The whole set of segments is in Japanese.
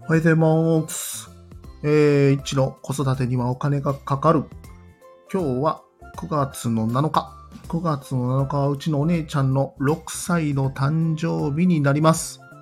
おはようございます。一の子育てにはお金がかかる。今日は9月の7日。9月の7日はうちのお姉ちゃんの6歳の誕生日になります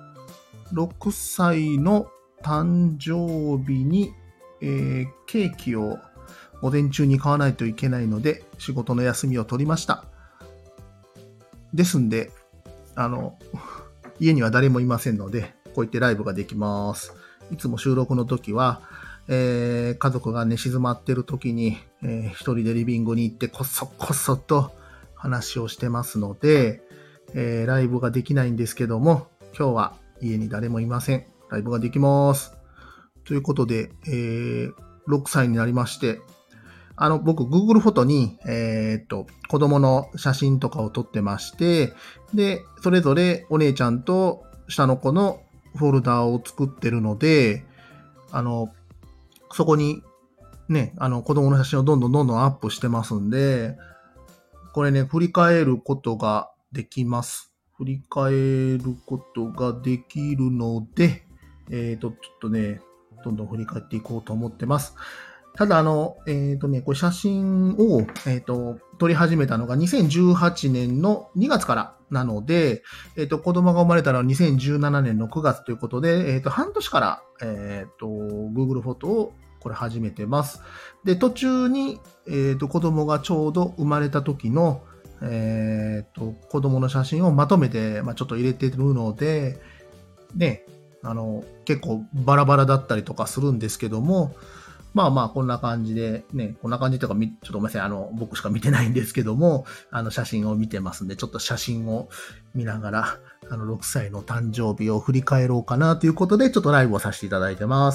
。6歳の誕生日に、ケーキを午前中に買わないといけないので、仕事の休みを取りました。ですんで、家には誰もいませんので、こういってライブができます。いつも収録の時は、家族が寝静まってる時に、一人でリビングに行ってこそこそと話をしてますので、ライブができないんですけども、今日は家に誰もいません。ライブができます。ということで、6歳になりまして、僕、Google フォトに、子供の写真とかを撮ってまして、で、それぞれお姉ちゃんと下の子のフォルダを作ってるので、そこにね、子供の写真をどんどんアップしてますんで、これね、振り返ることができます。振り返ることができるので、ちょっとね、どんどん振り返っていこうと思ってます。ただこれ写真を、撮り始めたのが2018年の2月からなので、子供が生まれたのは2017年の9月ということで、半年から、Google フォトをこれ始めてます。で、途中に、子供がちょうど生まれた時の、子供の写真をまとめて、ちょっと入れてるので、ね、結構バラバラだったりとかするんですけども、こんな感じで、ね、こんな感じとか、ちょっとごめんなさい、僕しか見てないんですけども、写真を見てますんで、ちょっと写真を見ながら、6歳の誕生日を振り返ろうかなということで、ちょっとライブをさせていただいてます。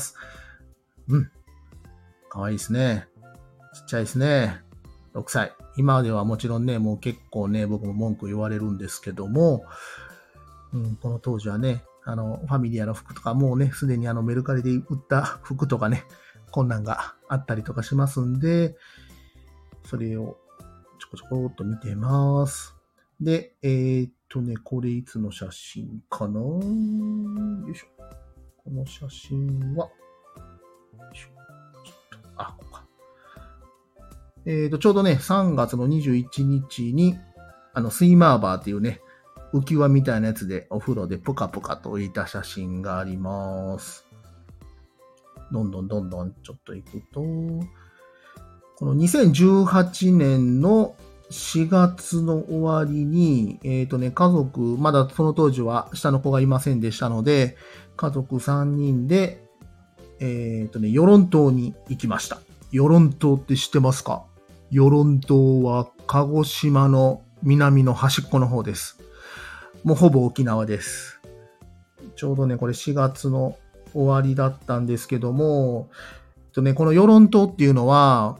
かわいいですね。ちっちゃいですね。6歳。今ではもちろんね、もう結構ね、僕も文句言われるんですけども、この当時はね、ファミリアの服とか、もうね、すでにメルカリで売った服とかね、こんなんがあったりとかしますんで、それをちょこちょこっと見てます。で、これいつの写真かな？よいしょ。この写真は、こうか。ちょうどね、3月の21日に、スイマーバーっていうね、浮き輪みたいなやつでお風呂でポカポカと浮いた写真があります。どんどんちょっと行くと、この2018年の4月の終わりに、家族、まだその当時は下の子がいませんでしたので、家族3人で、与論島に行きました。与論島って知ってますか？与論島は鹿児島の南の端っこの方です。もうほぼ沖縄です。ちょうどね、これ4月の終わりだったんですけども、この与論島っていうのは、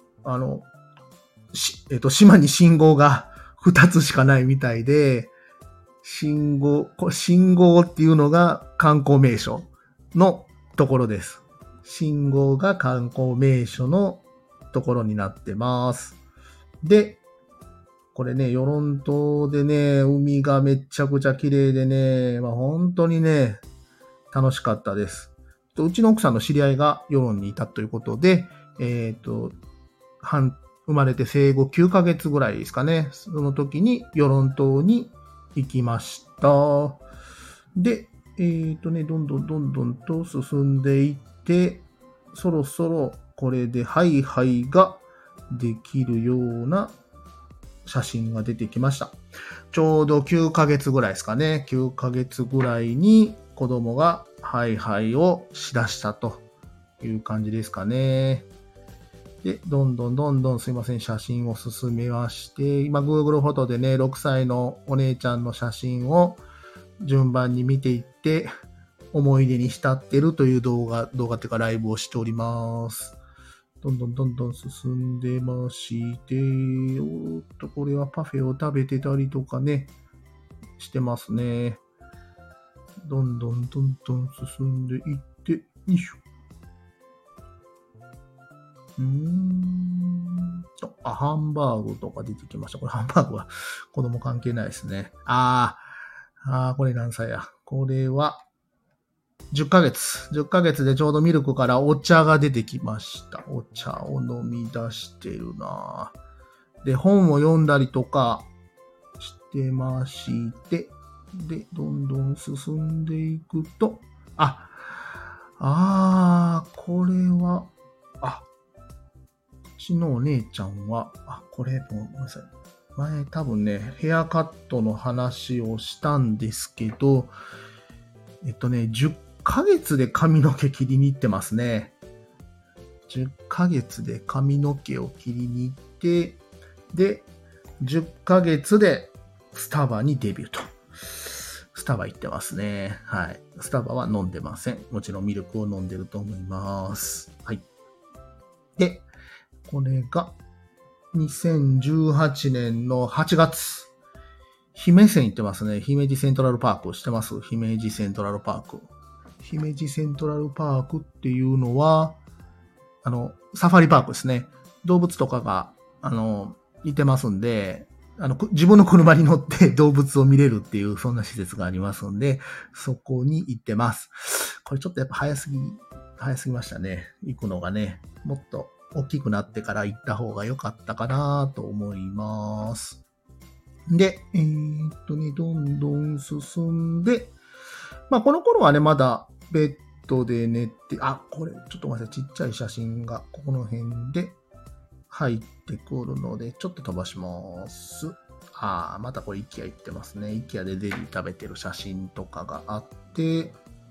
島に信号が2つしかないみたいで、信号っていうのが観光名所のところです。信号が観光名所のところになってます。で、これね、与論島でね、海がめちゃくちゃ綺麗でね、本当にね、楽しかったです。うちの奥さんの知り合いが与論にいたということで、生まれて生後9ヶ月ぐらいですかね。その時に与論島に行きました。で、どんどんと進んでいって、そろそろこれでハイハイができるような写真が出てきました。ちょうど9ヶ月ぐらいですかね。9ヶ月ぐらいに子供がハイハイをしだしたという感じですかね。で、どんどんすいません、写真を進めまして、今 Google フォトでね、6歳のお姉ちゃんの写真を順番に見ていって、思い出に浸ってるという動画っていうかライブをしております。どんどん進んでまして、これはパフェを食べてたりとかね、してますね。どんどん進んでいって、よいしょ。ハンバーグとか出てきました。これハンバーグは子供関係ないですね。これ何歳や。これは 10ヶ月。10ヶ月でちょうどミルクからお茶が出てきました。お茶を飲み出してるなぁ。で、本を読んだりとかしてまして、で、どんどん進んでいくと、これは、うちのお姉ちゃんは、これ、ごめんなさい。前多分ね、ヘアカットの話をしたんですけど、10ヶ月で髪の毛切りに行ってますね。10ヶ月で髪の毛を切りに行って、で、10ヶ月でスタバにデビューと。スタバ行ってますね。はい。スタバは飲んでません。もちろんミルクを飲んでると思います。はい。で、これが2018年の8月。姫線行ってますね。姫路セントラルパーク知ってます？姫路セントラルパーク。姫路セントラルパークっていうのは、サファリパークですね。動物とかが、いてますんで、自分の車に乗って動物を見れるっていう、そんな施設がありますんで、そこに行ってます。これちょっとやっぱ早すぎましたね。行くのがね。もっと大きくなってから行った方が良かったかなと思います。で、どんどん進んで、この頃はね、まだベッドで寝て、これ、ちょっとごめんなさい。ちっちゃい写真がここの辺で入ってくるので、ちょっと飛ばします。またこれ IKEA 行ってますね。IKEA でゼリー食べてる写真とかがあって、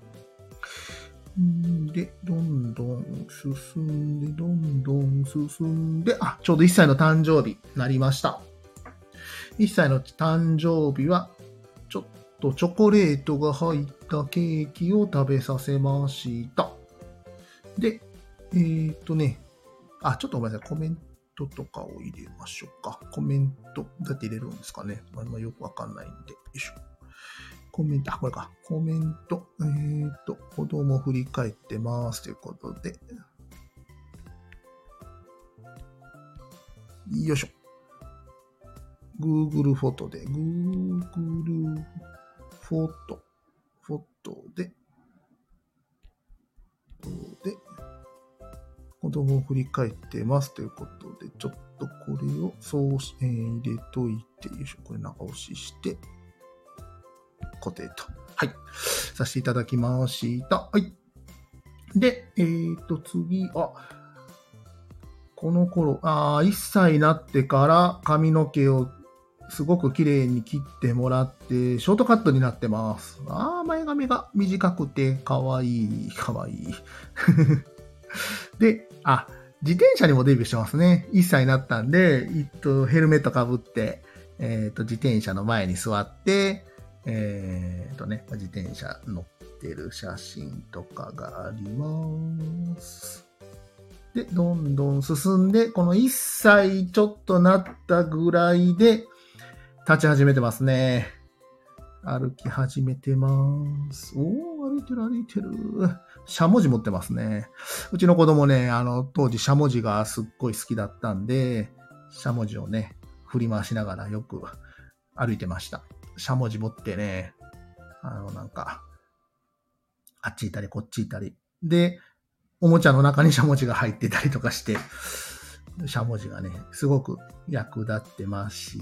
で、どんどん進んで、ちょうど1歳の誕生日になりました。1歳の誕生日は、ちょっとチョコレートが入ったケーキを食べさせました。で、ちょっとごめんなさい。コメントとかを入れましょうか。コメント、どうやって入れるんですかね。よくわかんないんで。よいしょ。コメント、これか。コメント、子供振り返ってますということで。よいしょ。Google フォトで、Google フォトで、子供を振り返ってますということで、ちょっとこれを入れといて、よいしょ、これ長押しして、固定と。はい。させていただきました。はい。で、次、この頃、1歳になってから髪の毛をすごく綺麗に切ってもらって、ショートカットになってます。前髪が短くて、かわいい。で、自転車にもデビューしてますね。1歳になったんで、ヘルメットかぶって、自転車の前に座って、自転車乗ってる写真とかがあります。で、どんどん進んで、この1歳ちょっとなったぐらいで、立ち始めてますね。歩き始めてます。歩いてる。しゃもじ持ってますね。うちの子供ね、当時しゃもじがすっごい好きだったんで、しゃもじをね、振り回しながらよく歩いてました。しゃもじ持ってね、あっち行ったりこっち行ったり。で、おもちゃの中にしゃもじが入ってたりとかして、しゃもじがね、すごく役立ってました。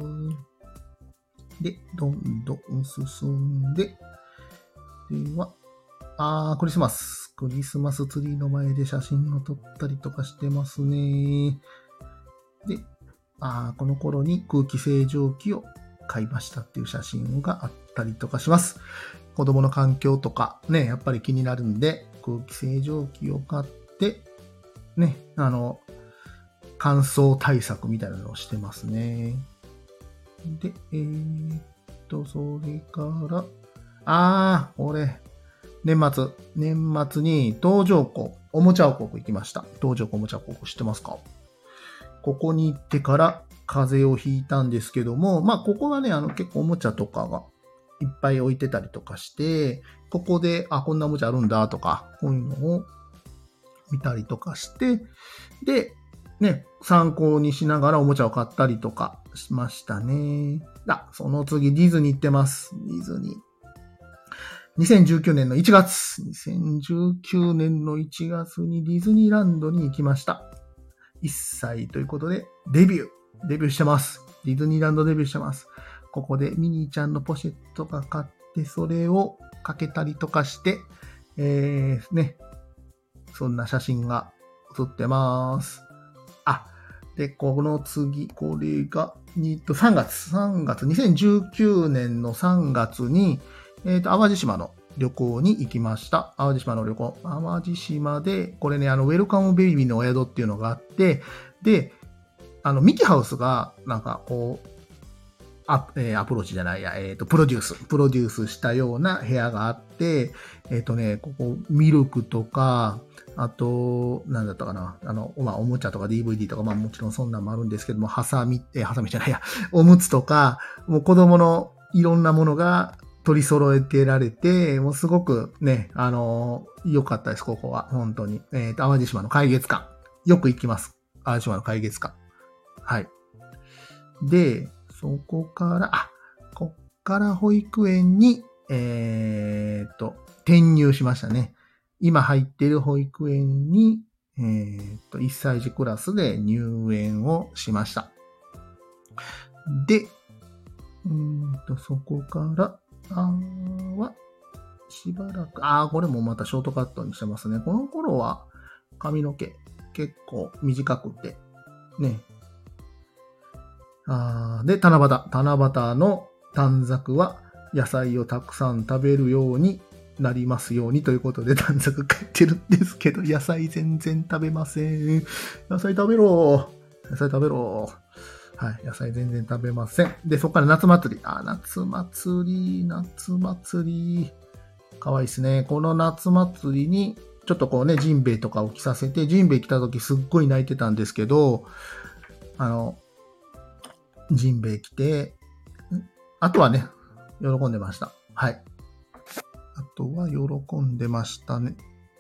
で、どんどん進んで、では、クリスマスツリーの前で写真を撮ったりとかしてますね。で、この頃に空気清浄機を買いましたっていう写真があったりとかします。子供の環境とかね、やっぱり気になるんで、空気清浄機を買って、ね、乾燥対策みたいなのをしてますね。で、それから、これ、年末に東条湖おもちゃ王国行きました。東条湖おもちゃ王国知ってますか？ここに行ってから風邪をひいたんですけども、ここはね、結構おもちゃとかがいっぱい置いてたりとかして、ここで、こんなおもちゃあるんだとか、こういうのを見たりとかして、で、ね、参考にしながらおもちゃを買ったりとかしましたね。その次ディズニー行ってます。デ 2019年の1月。2019年の1月にディズニーランドに行きました。1歳ということで、デビューしてます。ディズニーランドデビューしてます。ここでミニーちゃんのポシェットが買って、それをかけたりとかして、ね。そんな写真が写ってます。で、この次、これが、3月、2019年の3月に、淡路島の旅行に行きました。淡路島の旅行。淡路島で、これね、ウェルカムベイビーのお宿っていうのがあって、で、ミキハウスが、なんか、こう、アプローチじゃないや、プロデュースしたような部屋があって、ここ、ミルクとか、あと、なんだったかな、おもちゃとか DVD とか、もちろんそんなんもあるんですけども、ハサミじゃないや、おむつとか、もう子供のいろんなものが取り揃えてられて、もうすごくね、良かったです、ここは。本当に。淡路島の海月館。よく行きます。淡路島の海月館。はい。で、そこから、こっから保育園に、転入しましたね。今入っている保育園に、1歳児クラスで入園をしました。で、そこからは、しばらく、これもまたショートカットにしてますね。この頃は髪の毛結構短くて、ね。で、七夕の短冊は野菜をたくさん食べるようになりますようにということで短冊書いてるんですけど、野菜全然食べません。野菜食べろ。はい、野菜全然食べません。で、そこから夏祭り。夏祭り。かわいいですね。この夏祭りに、ちょっとこうね、ジンベエとかを着させて、ジンベエ来た時すっごい泣いてたんですけど、ジンベエ来て、あとはね、喜んでました。はい。あとは喜んでましたね。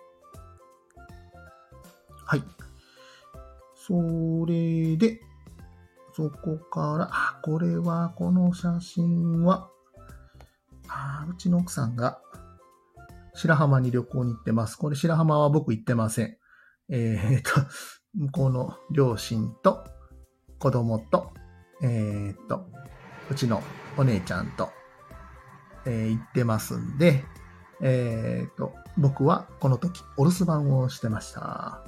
はい。それで、そこから、この写真は、うちの奥さんが白浜に旅行に行ってます。これ白浜は僕行ってません。向こうの両親と子供と、うちのお姉ちゃんと、行ってますんで、僕はこの時お留守番をしてました。はい。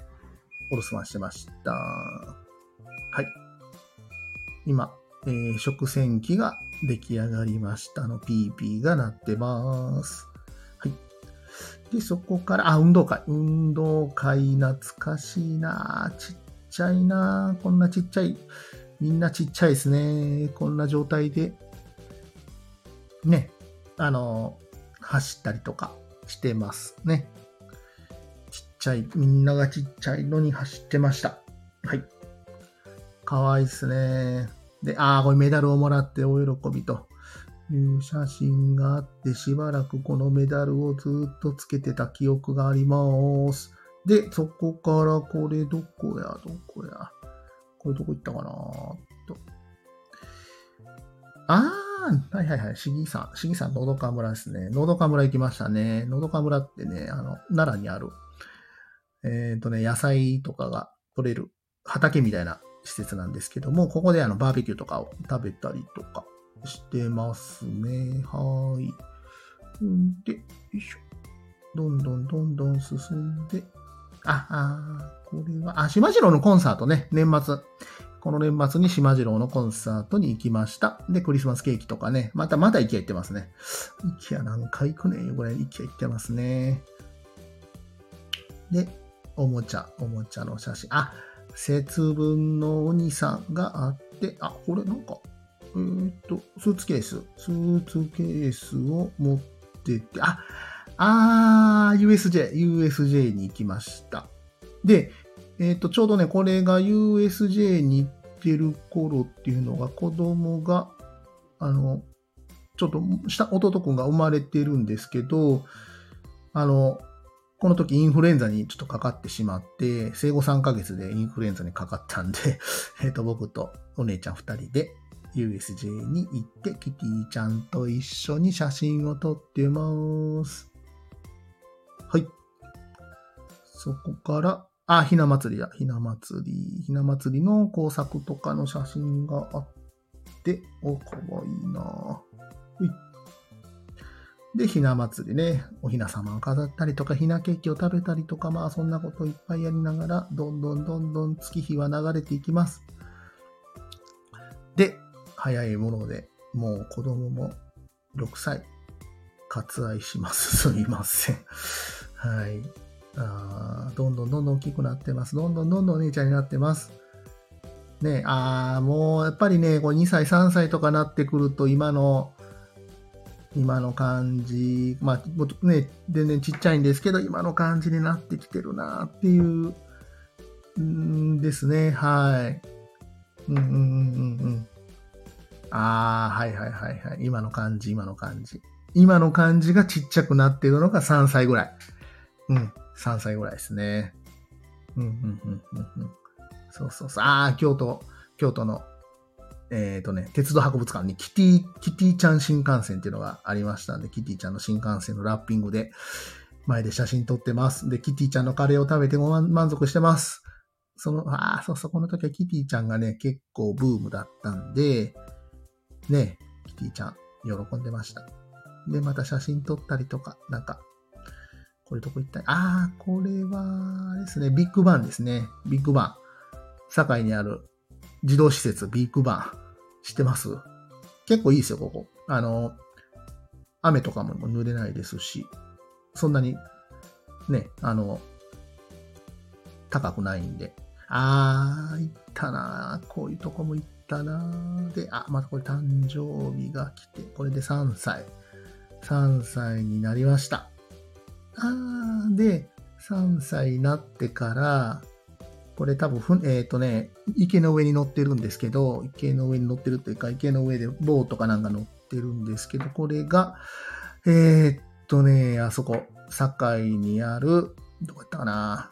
今、食洗機が出来上がりましたの。ピーピーが鳴ってます。はい。で、そこから、運動会。懐かしいな。ちっちゃいな。こんなちっちゃい。みんなちっちゃいですね。こんな状態で、ね、走ったりとかしてますね。みんながちっちゃいのに走ってました。はい。かわいいですね。で、これメダルをもらってお喜びという写真があって、しばらくこのメダルをずっとつけてた記憶があります。で、そこからこれどこや。これどこ行ったかなと。はい。市議さん、のどか村ですね。のどか村行きましたね。のどか村ってね、奈良にある、野菜とかが取れる畑みたいな施設なんですけども、ここでバーベキューとかを食べたりとかしてますね。はい。で、よいしょ。どんどん進んで、これは、しまじろうのコンサートね、この年末にしまじろうのコンサートに行きました。で、クリスマスケーキとかね、またイケア行ってますね。イケア何回行くねんよ、これ。イケア行ってますね。で、おもちゃの写真。節分のお兄さんがあって、これなんか、スーツケースを持ってて、USJ に行きました。で、ちょうどね、これが USJ に行ってる頃っていうのが、子供が、ちょっと弟くんが生まれてるんですけど、この時インフルエンザにちょっとかかってしまって、生後3ヶ月でインフルエンザにかかったんで、僕とお姉ちゃん2人で USJ に行ってキティちゃんと一緒に写真を撮ってます。はい。そこから、ひな祭りだ。ひな祭りの工作とかの写真があって、かわいいなで、ひな祭りね、おひな様を飾ったりとか、ひなケーキを食べたりとか、そんなこといっぱいやりながら、どんどん月日は流れていきます。で、早いもので、もう子供も6歳、割愛します。すいません。はい。どんどん大きくなってます。どんどんお姉ちゃんになってます。ね、もうやっぱりね、これ2歳、3歳とかなってくると、今の感じ、ね、全然ちっちゃいんですけど、今の感じになってきてるなっていう、ですね。はい。はい。今の感じ。今の感じがちっちゃくなってるのが3歳ぐらい。3歳ぐらいですね。そう。京都の、鉄道博物館にキティちゃん新幹線っていうのがありましたんで、キティちゃんの新幹線のラッピングで前で写真撮ってます。で、キティちゃんのカレーを食べて満足してます。この時はキティちゃんがね、結構ブームだったんで、ね、キティちゃん喜んでました。で、また写真撮ったりとか、これどこ行った？これはですね、ビッグバンですね。ビッグバン。堺にある児童施設ビッグバン。知ってます？結構いいですよ、ここ。雨とかも濡れないですし、そんなに、ね、高くないんで。行ったなぁ。こういうとこも行ったなぁ。で、またこれ誕生日が来て、これで3歳。3歳になりました。で、3歳になってから、これ多分、池の上に乗ってるんですけど、池の上に乗ってるというか、池の上でボートかなんか乗ってるんですけど、これが、あそこ、堺にある、どこやったかな、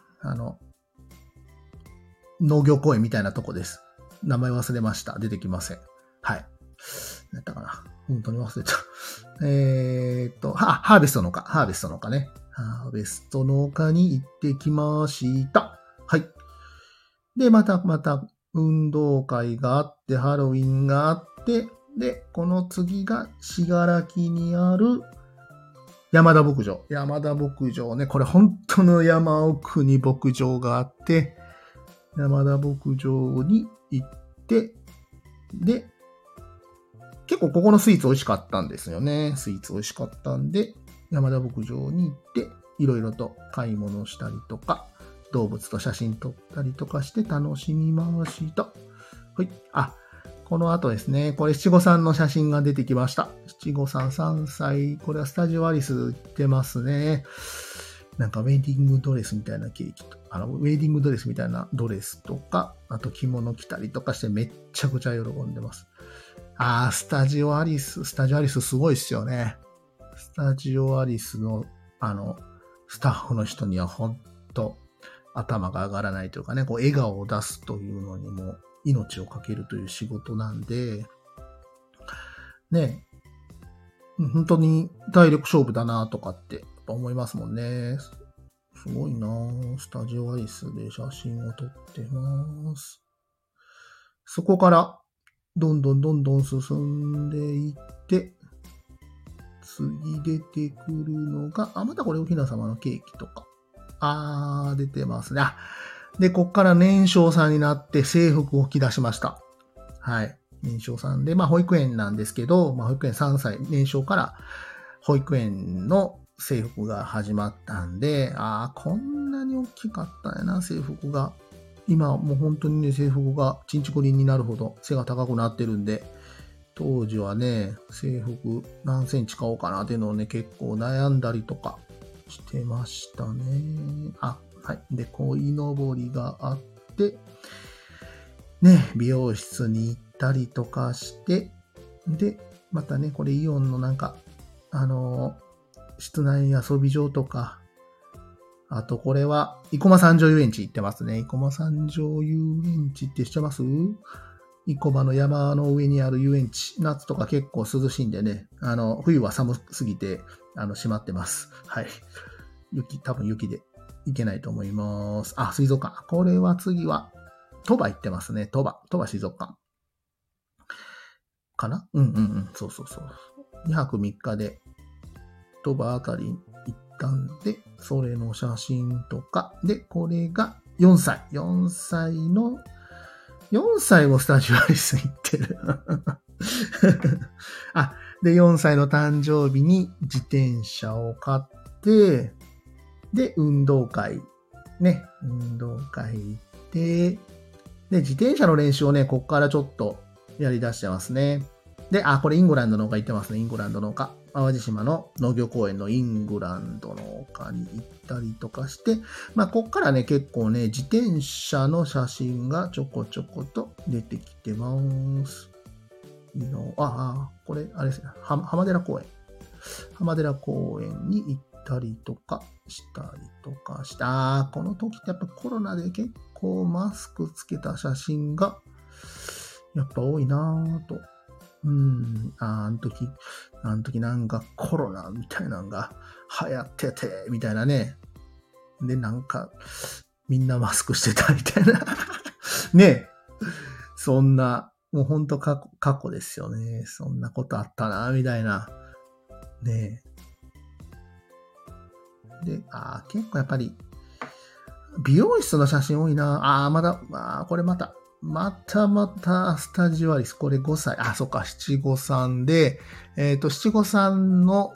農業公園みたいなとこです。名前忘れました。出てきません。はい。何やったかな。本当に忘れた。ハーベスト農家ね。ハーベスト農家に行ってきました。はい。で、また、運動会があって、ハロウィンがあって、で、この次が、信楽にある、山田牧場。山田牧場ね。これ本当の山奥に牧場があって、山田牧場に行って、で、結構ここのスイーツ美味しかったんですよね。スイーツ美味しかったんで、山田牧場に行って、いろいろと買い物したりとか、動物と写真撮ったりとかして楽しみました。はい。この後ですね、これ七五三の写真が出てきました。七五三3歳、これはスタジオアリス行ってますね。なんかウェディングドレスみたいなケーキと、ウェディングドレスみたいなドレスとか、あと着物着たりとかしてめっちゃくちゃ喜んでます。スタジオアリスすごいっすよね。スタジオアリスの、スタッフの人にはほんと頭が上がらないというかね、こう笑顔を出すというのにも命をかけるという仕事なんで、ね、本当に体力勝負だなとかってやっぱ思いますもんね。すごいなぁ。スタジオアリスで写真を撮ってます。そこから、どんどん進んでいって、次出てくるのが、またこれおひな様のケーキとか。出てますね。で、こっから年少さんになって制服を着出しました。はい。年少さんで、保育園なんですけど、保育園3歳、年少から保育園の制服が始まったんで、こんなに大きかったんやな、制服が。今もう本当にね、制服がちんちくりんになるほど背が高くなってるんで、当時はね、制服何センチ買おうかなっていうのをね、結構悩んだりとかしてましたね。はい。で、鯉のぼりがあって、ね、美容室に行ったりとかして、で、またね、これイオンのなんか、室内遊び場とか、あとこれは、生駒三条遊園地行ってますね。生駒三条遊園地って知ってます？ 生駒の山の上にある遊園地、夏とか結構涼しいんでね、冬は寒すぎて、閉まってます。はい。多分雪で行けないと思います。水族館。これは次は、鳥羽行ってますね。鳥羽水族館。かな？そうそうそう。2泊3日で、鳥羽あたりに行ったんで、それの写真とか、で、これが4歳。4歳もスタジオアリス行ってる。で、4歳の誕生日に自転車を買って、で、運動会行って、で、自転車の練習をね、こっからちょっとやり出してますね。で、これイングランドの丘行ってますね。イングランドの丘。淡路島の農業公園のイングランドの丘に行ったりとかして、こっからね、結構ね、自転車の写真がちょこちょこと出てきてます。これ、あれですね。浜寺公園。浜寺公園に行ったりとかしたりとかして、この時ってやっぱコロナで結構マスクつけた写真がやっぱ多いなぁと。あの時なんかコロナみたいなのが流行ってて、みたいなね。で、なんかみんなマスクしてたみたいな。ね。そんな、もうほんと過去ですよね。そんなことあったな、みたいな。ね。で、結構やっぱり、美容室の写真多いな。これまたスタジオアリス。これ5歳。そっか、七五三で、七五三の、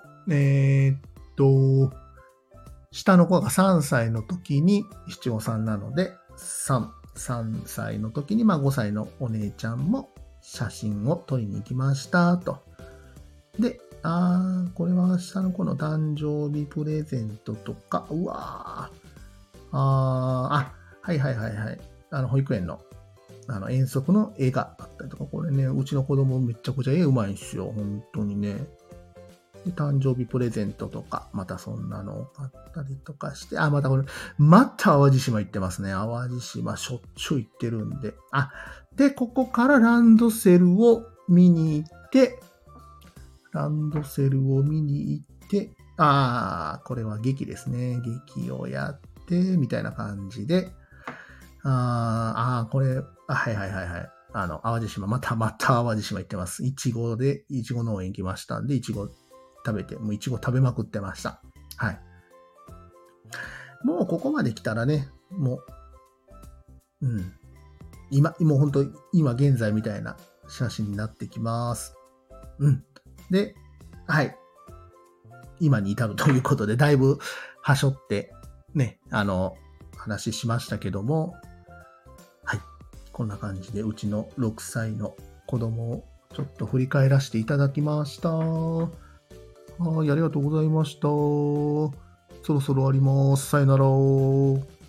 下の子が3歳の時に七五三なので、3歳の時に、5歳のお姉ちゃんも写真を撮りに行きました、と。で、これは下の子の誕生日プレゼントとか、はい。保育園の、遠足の絵があったりとか、これね、うちの子供めっちゃくちゃ絵うまいんですよ、本当にね。で、誕生日プレゼントとか、またそんなのを買ったりとかして、また淡路島行ってますね。淡路島しょっちゅう行ってるんで。で、ここからランドセルを見に行って、これは劇ですね。劇をやって、みたいな感じで、これ、はい。淡路島、また淡路島行ってます。いちご農園行きましたんで、いちご食べて、もういちご食べまくってました。はい。もうここまで来たらね、もう、もう本当今現在みたいな写真になってきます。で、はい。今に至るということで、だいぶはしょって、ね、話しましたけども、はい。こんな感じで、うちの6歳の子供をちょっと振り返らせていただきました。はい、ありがとうございました。そろそろ終わります。さよなら。